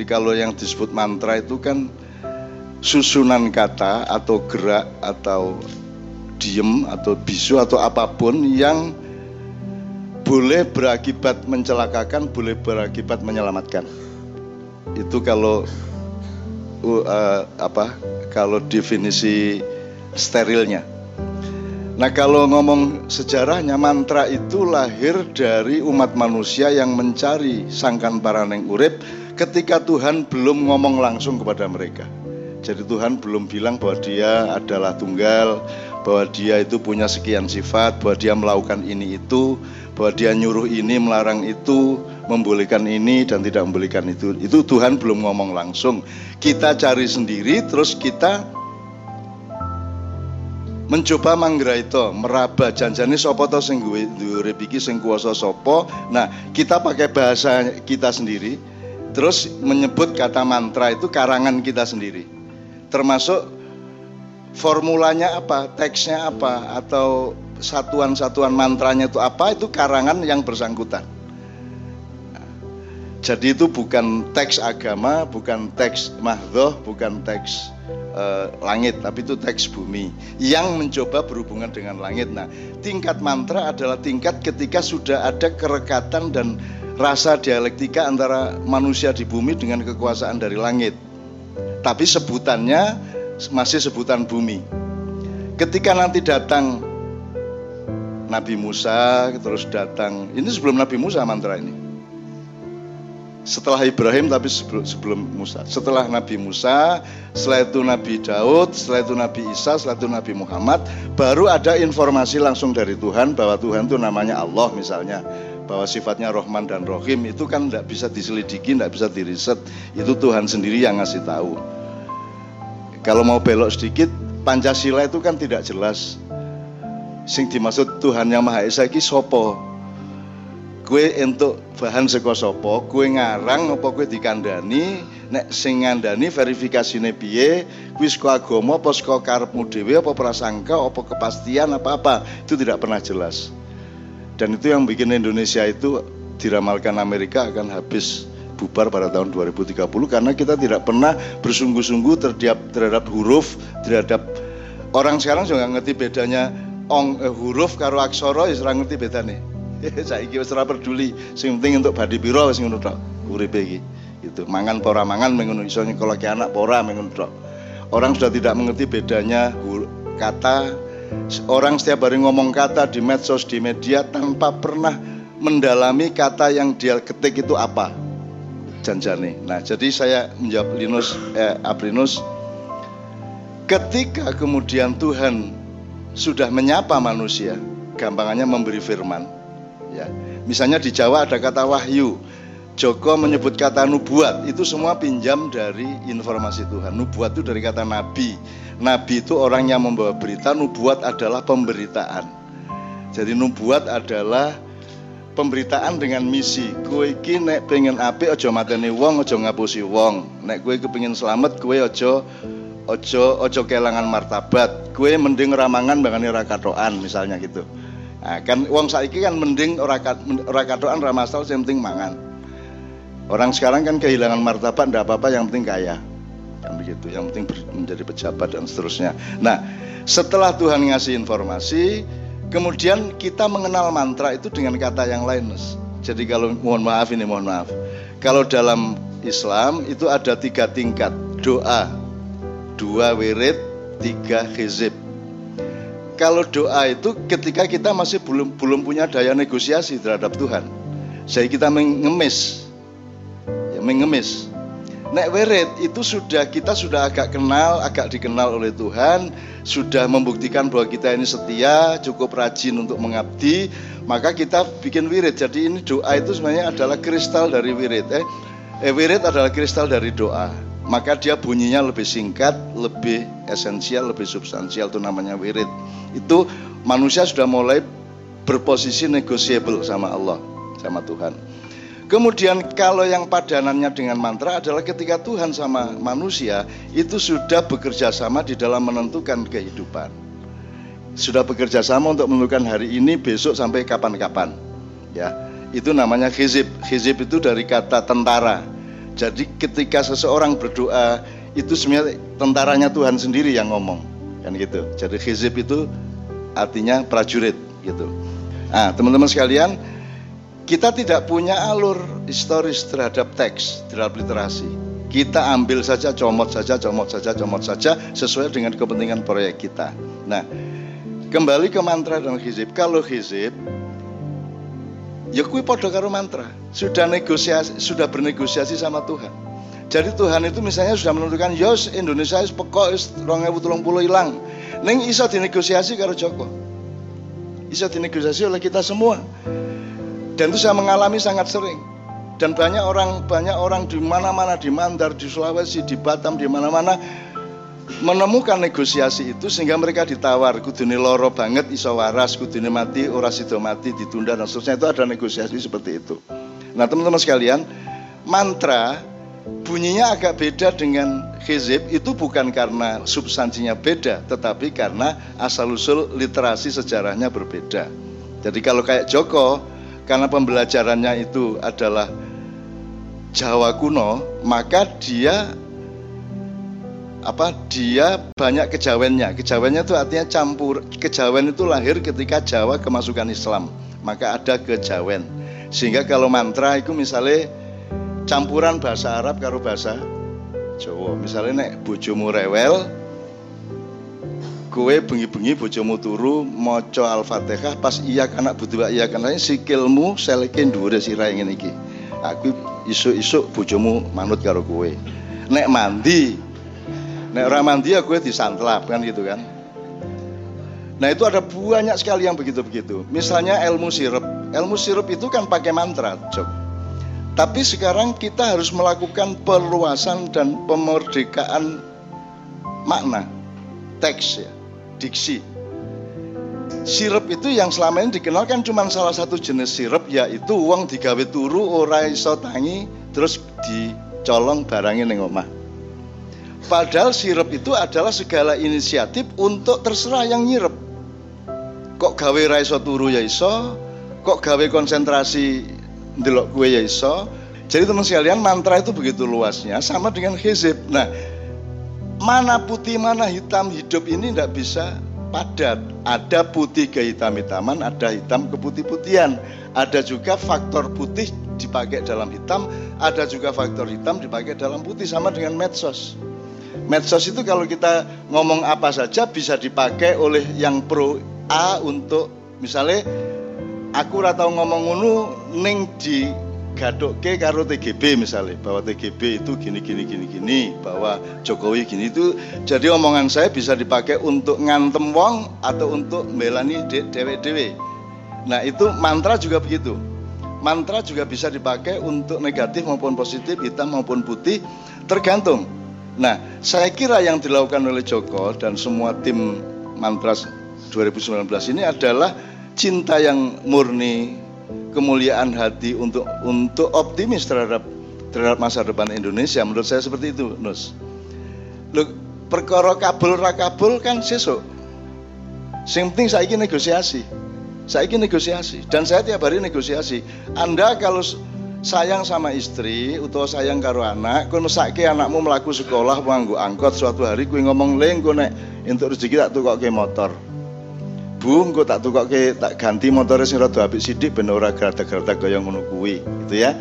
Jadi kalau yang disebut mantra itu kan susunan kata atau gerak atau diem atau bisu atau apapun yang boleh berakibat mencelakakan, boleh berakibat menyelamatkan. Itu kalau kalau definisi sterilnya. Nah, kalau ngomong sejarahnya, mantra itu lahir dari umat manusia yang mencari sangkan paraneng urip ketika Tuhan belum ngomong langsung kepada mereka. Jadi Tuhan belum bilang bahwa dia adalah tunggal, bahwa dia itu punya sekian sifat, bahwa dia melakukan ini itu, bahwa dia nyuruh ini, melarang itu, membolehkan ini dan tidak membolehkan itu. Itu Tuhan belum ngomong langsung. Kita cari sendiri, terus kita mencoba manggraita, meraba janjane sapa to sing urip iki sing kuwasa sapa. Nah, kita pakai bahasa kita sendiri, terus menyebut kata mantra itu karangan kita sendiri. Termasuk formulanya apa, teksnya apa, atau satuan-satuan mantranya itu apa, itu karangan yang bersangkutan. Jadi itu bukan teks agama, bukan teks mahdhoh, bukan teks langit, tapi itu teks bumi yang mencoba berhubungan dengan langit. Nah, tingkat mantra adalah tingkat ketika sudah ada kerekatan dan rasa dialektika antara manusia di bumi dengan kekuasaan dari langit. Tapi sebutannya masih sebutan bumi. Ketika nanti datang Nabi Musa, terus datang, ini sebelum Nabi Musa mantra ini. Setelah Ibrahim tapi sebelum Musa. Setelah Nabi Musa, setelah itu Nabi Daud, setelah itu Nabi Isa, setelah itu Nabi Muhammad, baru ada informasi langsung dari Tuhan bahwa Tuhan itu namanya Allah misalnya, bahwa sifatnya Rahman dan Rahim. Itu kan tidak bisa diselidiki, tidak bisa diriset. Itu Tuhan sendiri yang ngasih tahu. Kalau mau belok sedikit, Pancasila itu kan tidak jelas. Sing dimaksud Tuhan yang Maha Esa iki sapa? Kue entuk bahan saka sapa? Kue ngarang apa kue dikandani? Nek sing ngandani verifikasine piye? Kuwi saka agama apa saka karepmu dhewe apa prasangka apa kepastian apa-apa? Itu tidak pernah jelas. Dan itu yang bikin Indonesia itu diramalkan Amerika akan habis bubar pada tahun 2030 karena kita tidak pernah bersungguh-sungguh terhadap huruf, terhadap orang sekarang juga nggak ngerti bedanya huruf karo aksara, ya ora ngerti bedane. Saiki wis ora peduli, sing penting untuk badhe pira wis ngono tok uripe iki. Itu mangan apa ora mangan mengono iso nyekolake anak apa ora mengono tok. Orang sudah tidak mengerti bedanya kata. Orang setiap hari ngomong kata di medsos, di media tanpa pernah mendalami kata yang dia ketik itu apa janjane. Nah, jadi saya menjawab Aprinus, ketika kemudian Tuhan sudah menyapa manusia, gampangannya memberi firman. Ya, misalnya di Jawa ada kata wahyu, Joko menyebut kata nubuat, itu semua pinjam dari informasi Tuhan. Nubuat itu dari kata nabi. Nabi itu orang yang membawa berita, nubuat adalah pemberitaan. Jadi nubuat adalah pemberitaan dengan misi. Kowe iki nek pengen apik aja mateni wong, aja ngapusi wong. Nek kowe kepengin slamet, kowe aja kelangan martabat. Kowe mending ramangan bangane ra kathokan misalnya gitu. Nah, kan wong saiki kan mending ora kathokan ra masalah, yang penting mangan. Orang sekarang kan kehilangan martabat ndak apa-apa, yang penting kaya. Kan begitu, yang penting menjadi pejabat dan seterusnya. Nah, setelah Tuhan ngasih informasi, kemudian kita mengenal mantra itu dengan kata yang lain, Mas. Jadi kalau mohon maaf, kalau dalam Islam itu ada 3 tingkat doa, 2 wirid, 3 hizib. Kalau doa itu ketika kita masih belum punya daya negosiasi terhadap Tuhan, jadi kita mengemis. Nek wirid itu kita sudah agak dikenal oleh Tuhan, sudah membuktikan bahwa kita ini setia, cukup rajin untuk mengabdi, maka kita bikin wirid. Jadi ini doa itu sebenarnya adalah kristal dari wirid. Wirid adalah kristal dari doa. Maka dia bunyinya lebih singkat, lebih esensial, lebih substansial, itu namanya wirid. Itu manusia sudah mulai berposisi negotiable sama Allah, sama Tuhan. Kemudian kalau yang padanannya dengan mantra adalah ketika Tuhan sama manusia itu sudah bekerja sama di dalam menentukan kehidupan. Sudah bekerja sama untuk menentukan hari ini, besok sampai kapan-kapan. Ya, itu namanya hizib. Hizib itu dari kata tentara. Jadi ketika seseorang berdoa itu sebenarnya tentaranya Tuhan sendiri yang ngomong, kan gitu. Jadi hizib itu artinya prajurit gitu. Nah, teman-teman sekalian, kita tidak punya alur historis terhadap teks, terhadap literasi. Kita ambil saja, comot saja sesuai dengan kepentingan proyek kita. Nah, kembali ke mantra dan hizib. Kalau hizib, ya kui podo karo mantra. Sudah bernegosiasi sama Tuhan. Jadi Tuhan itu misalnya sudah menentukan, yos Indonesia is pokok is 2030 hilang. Neng iso dinegosiasi karo Joko. Iso dinegosiasi oleh kita semua. Dan itu saya mengalami sangat sering. Dan banyak orang di mana-mana, di Mandar, di Sulawesi, di Batam, di mana-mana menemukan negosiasi itu sehingga mereka ditawar, kudune loro banget iso waras, kudune mati ora sida mati, ditunda dan seterusnya. Itu ada negosiasi seperti itu. Nah, teman-teman sekalian, mantra bunyinya agak beda dengan hizib itu bukan karena substansinya beda, tetapi karena asal-usul literasi sejarahnya berbeda. Jadi kalau kayak Joko, karena pembelajarannya itu adalah Jawa kuno, maka dia banyak kejawennya. Kejawennya itu artinya campur. Kejawen itu lahir ketika Jawa kemasukan Islam, maka ada kejawen. Sehingga kalau mantra itu misalnya campuran bahasa Arab karo bahasa Jawa. Misalnya nek bojomu rewel, kowe bengi-bengi bojomu turu maca Al-Fatihah, pas iya kana butuh iya kana sikilmu seleke dhuwure sirahe ngene iki. Aku isuk-isuk bojomu manut karo kowe. Nek mandi, nek ora mandi ya kowe disantlap kan gitu kan. Nah, itu ada banyak sekali yang begitu-begitu. Misalnya ilmu sirup. Ilmu sirup itu kan pakai mantra, Jok. Tapi sekarang kita harus melakukan perluasan dan pemerdekaan makna teks ya, diksi. Sirup itu yang selama ini dikenal kan cuma salah satu jenis sirup, yaitu wong digawe turu ora iso tangi terus dicolong barangnya ning omah. Padahal sirup itu adalah segala inisiatif untuk terserah yang nyirep. Kok gawe ra iso turu ya iso, kok gawe konsentrasi ndelok kowe ya iso. Jadi teman sekalian, mantra itu begitu luasnya, sama dengan hizib. Nah, mana putih mana hitam, hidup ini tidak bisa padat. Ada putih ke hitam-hitaman, ada hitam ke putih-putihan. Ada juga faktor putih dipakai dalam hitam, ada juga faktor hitam dipakai dalam putih, sama dengan medsos. Medsos itu kalau kita ngomong apa saja bisa dipakai oleh yang pro A untuk misalnya aku ora tau ngomong ngono ning di gadokke karo TGB misalnya, bahwa TGB itu gini, bahwa Jokowi gini, itu jadi omongan saya bisa dipakai untuk ngantem wong atau untuk melani dewe-dewe. Nah, itu mantra juga begitu. Mantra juga bisa dipakai untuk negatif maupun positif, hitam maupun putih, tergantung. Nah, saya kira yang dilakukan oleh Joko dan semua tim mantra 2019 ini adalah cinta yang murni, kemuliaan hati untuk optimis terhadap masa depan Indonesia. Menurut saya seperti itu, Nus. Loh, perkara kabul ra kabul kan sesuk. Sing penting saiki negosiasi. Saiki negosiasi dan saya tiap hari negosiasi. Anda kalau sayang sama istri utawa sayang karo anak, kowe mesake anakmu mlaku sekolah nganggo angkot, suatu hari kowe ngomong, "Leng, kowe nek entuk rezeki tak tukokke motor." Bu, engko tak tukokke, tak ganti motore sing rada apik sithik ben ora gertak-gertak kaya ngono kuwi, gitu ya.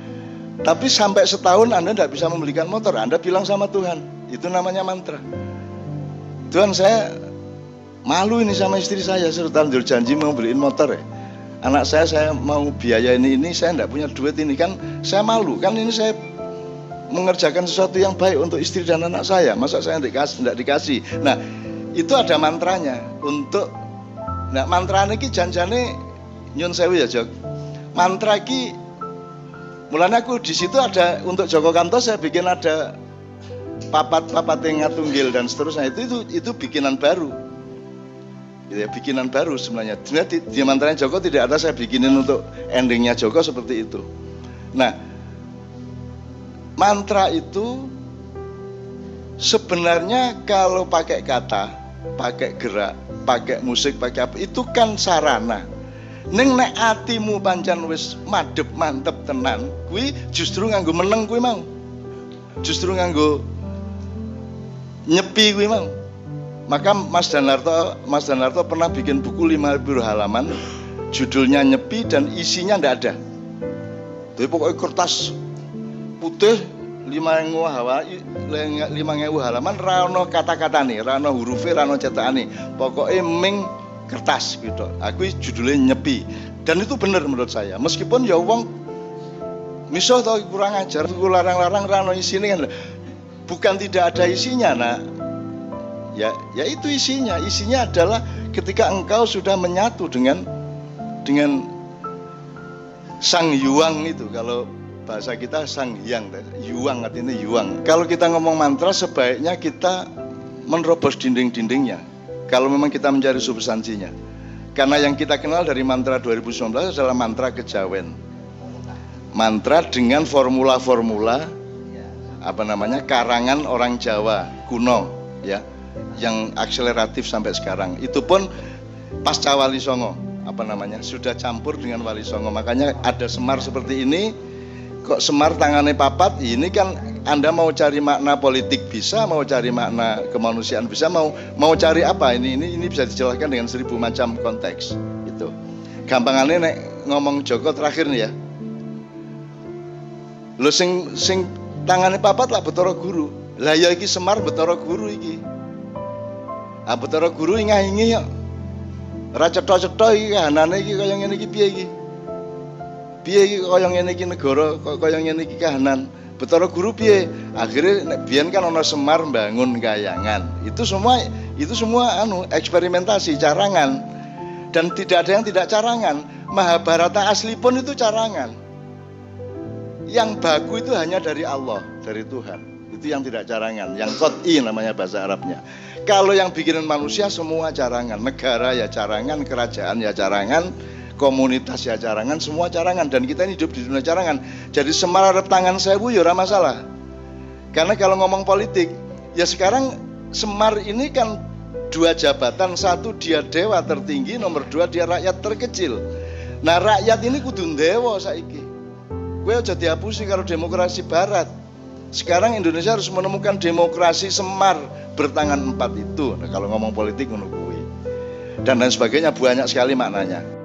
Tapi sampai setahun Anda tidak bisa membelikan motor, Anda bilang sama Tuhan, itu namanya mantra. Tuhan, saya malu ini sama istri saya, sudah janji mau beliin motor ya. Anak saya mau biaya ini saya tidak punya duit ini, kan saya malu, kan ini saya mengerjakan sesuatu yang baik untuk istri dan anak saya, masa saya tidak dikasih. Nah, itu ada mantranya untuk. Nah, mantra ini janjane nyun sewu ya, Jok. Mantra ini mulanya aku di situ ada untuk Joko Kanto, saya bikin ada papat yang ngatunggil dan seterusnya. Itu bikinan baru. Ya, bikinan baru sebenarnya. Di mantranya Joko tidak ada saya bikinin untuk endingnya Joko seperti itu. Nah, mantra itu sebenarnya kalau pakai kata, pakai gerak, pakai musik, pakai apa, itu kan sarana. Ning nek atimu pancen wis madhep mantep tenan, kuwi justru nganggo meneng kuwi mau. justru nganggo nyepi kuwi mau. Maka Mas Danarto pernah bikin buku 5.000 halaman, judulnya Nyepi, dan isinya ndak ada. Jadi pokoknya kertas putih 5.000 halaman, rano kata-kata nih, rano hurufnya, rano cetakane, pokoknya ming kertas gitu. Aku judulnya Nyepi, dan itu benar menurut saya. Meskipun ya wong miso tau kurang ajar, aku larang-larang rano isinya kan, bukan tidak ada isinya, nak. Ya itu isinya adalah ketika engkau sudah menyatu dengan Sang Hyang itu. Kalau bahasa kita Sang Hyang, Yuang artinya Yuang. Kalau kita ngomong mantra sebaiknya kita menerobos dinding-dindingnya. Kalau memang kita mencari substansinya. Karena yang kita kenal dari mantra 2019 adalah mantra kejawen. Mantra dengan formula-formula karangan orang Jawa kuno, ya, yang akseleratif sampai sekarang. Itu pun pasca Wali Songo, sudah campur dengan Wali Songo. Makanya ada Semar seperti ini. Kok Semar tangannya papat? Ini kan Anda mau cari makna politik bisa, mau cari makna kemanusiaan bisa, mau cari apa? Ini bisa dijelaskan dengan 1000 macam konteks. Itu. Gampangannya nek ngomong Joko terakhir nih ya. Lo sing tangannya papat lah Betara Guru. Lah ya iki Semar Betara Guru iki. Betara Guru ingi ya. Ora cetha-cetha iki kahanane iki kaya ngene iki piye iki? Piye iki kaya ngene iki negara kaya ngene iki kahanan. Betara Guru piye? Akhirnya nek biyen kan ana Semar bangun kayangan. Itu semua eksperimentasi, carangan. Dan tidak ada yang tidak carangan. Mahabharata asli pun itu carangan. Yang baku itu hanya dari Allah, dari Tuhan. Itu yang tidak carangan, yang qot'i namanya bahasa Arabnya. Kalau yang bikinan manusia semua carangan, negara ya carangan, kerajaan ya carangan, komunitas ya carangan, semua carangan. Dan kita ini hidup di dunia carangan. Jadi Semar arep tangan sewu ya ora masalah. Karena kalau ngomong politik, ya sekarang Semar ini kan 2 jabatan, 1 dia dewa tertinggi, nomor 2 dia rakyat terkecil. Nah rakyat ini kudu ndewa saiki. Kowe aja dihapusi karo demokrasi barat. Sekarang Indonesia harus menemukan demokrasi Semar bertangan 4 itu. Nah, kalau ngomong politik ngono kuwi. Dan lain sebagainya banyak sekali maknanya.